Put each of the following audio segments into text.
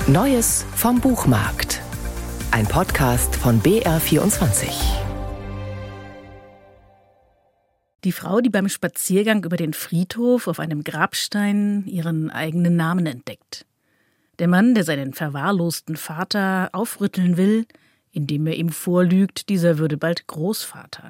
Neues vom Buchmarkt. Ein Podcast von BR24. Die Frau, die beim Spaziergang über den Friedhof auf einem Grabstein ihren eigenen Namen entdeckt. Der Mann, der seinen verwahrlosten Vater aufrütteln will, indem er ihm vorlügt, dieser würde bald Großvater.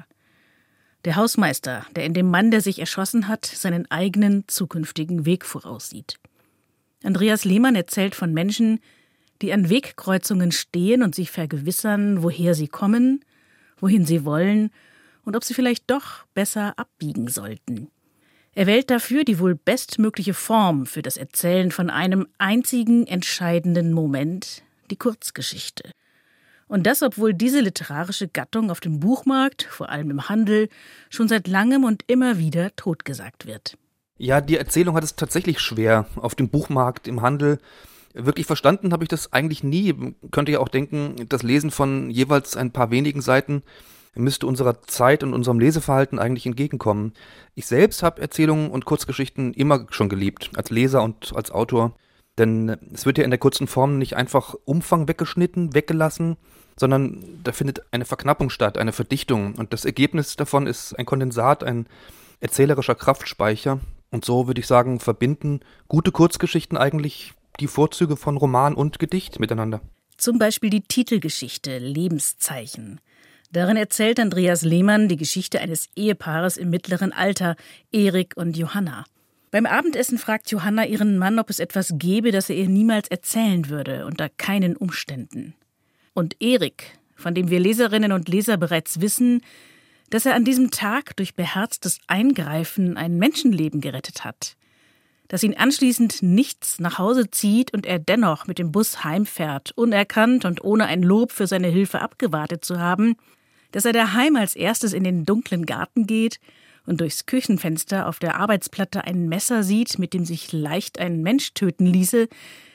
Der Hausmeister, der in dem Mann, der sich erschossen hat, seinen eigenen zukünftigen Weg voraussieht. Andreas Lehmann erzählt von Menschen, die an Wegkreuzungen stehen und sich vergewissern, woher sie kommen, wohin sie wollen und ob sie vielleicht doch besser abbiegen sollten. Er wählt dafür die wohl bestmögliche Form für das Erzählen von einem einzigen entscheidenden Moment, die Kurzgeschichte. Und das, obwohl diese literarische Gattung auf dem Buchmarkt, vor allem im Handel, schon seit langem und immer wieder totgesagt wird. Ja, die Erzählung hat es tatsächlich schwer auf dem Buchmarkt, im Handel. Wirklich verstanden habe ich das eigentlich nie. Man könnte ja auch denken, das Lesen von jeweils ein paar wenigen Seiten müsste unserer Zeit und unserem Leseverhalten eigentlich entgegenkommen. Ich selbst habe Erzählungen und Kurzgeschichten immer schon geliebt, als Leser und als Autor. Denn es wird ja in der kurzen Form nicht einfach Umfang weggeschnitten, weggelassen, sondern da findet eine Verknappung statt, eine Verdichtung. Und das Ergebnis davon ist ein Kondensat, ein erzählerischer Kraftspeicher. Und so würde ich sagen, verbinden gute Kurzgeschichten eigentlich die Vorzüge von Roman und Gedicht miteinander. Zum Beispiel die Titelgeschichte Lebenszeichen. Darin erzählt Andreas Lehmann die Geschichte eines Ehepaares im mittleren Alter, Erik und Johanna. Beim Abendessen fragt Johanna ihren Mann, ob es etwas gäbe, das er ihr niemals erzählen würde, unter keinen Umständen. Und Erik, von dem wir Leserinnen und Leser bereits wissen, dass er an diesem Tag durch beherztes Eingreifen ein Menschenleben gerettet hat. Dass ihn anschließend nichts nach Hause zieht und er dennoch mit dem Bus heimfährt, unerkannt und ohne ein Lob für seine Hilfe abgewartet zu haben. Dass er daheim als erstes in den dunklen Garten geht und durchs Küchenfenster auf der Arbeitsplatte ein Messer sieht, mit dem sich leicht ein Mensch töten ließe.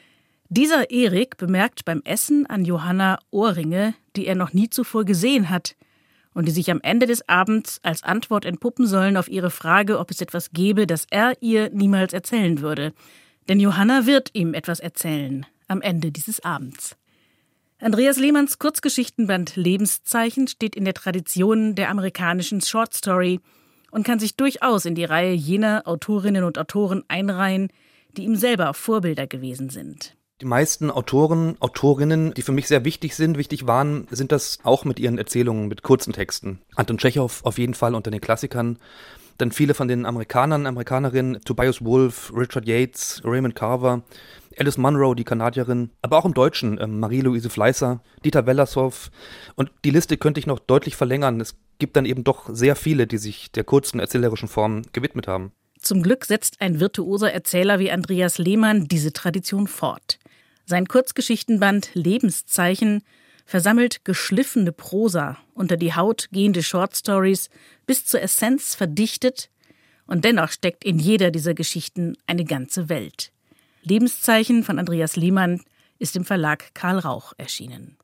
Dieser Erik bemerkt beim Essen an Johanna Ohrringe, die er noch nie zuvor gesehen hat und die sich am Ende des Abends als Antwort entpuppen sollen auf ihre Frage, ob es etwas gäbe, das er ihr niemals erzählen würde. Denn Johanna wird ihm etwas erzählen am Ende dieses Abends. Andreas Lehmanns Kurzgeschichtenband Lebenszeichen steht in der Tradition der amerikanischen Short Story und kann sich durchaus in die Reihe jener Autorinnen und Autoren einreihen, die ihm selber Vorbilder gewesen sind. Die meisten Autoren, Autorinnen, die für mich sehr wichtig waren, sind das auch mit ihren Erzählungen, mit kurzen Texten. Anton Tschechow auf jeden Fall unter den Klassikern. Dann viele von den Amerikanerinnen, Tobias Wolff, Richard Yates, Raymond Carver, Alice Munro, die Kanadierin, aber auch im Deutschen Marie-Louise Fleißer, Dieter Wellershoff. Und die Liste könnte ich noch deutlich verlängern. Es gibt dann eben doch sehr viele, die sich der kurzen erzählerischen Form gewidmet haben. Zum Glück setzt ein virtuoser Erzähler wie Andreas Lehmann diese Tradition fort. Sein Kurzgeschichtenband Lebenszeichen versammelt geschliffene Prosa, unter die Haut gehende Shortstories, bis zur Essenz verdichtet, und dennoch steckt in jeder dieser Geschichten eine ganze Welt. Lebenszeichen von Andreas Lehmann ist im Verlag Karl Rauch erschienen.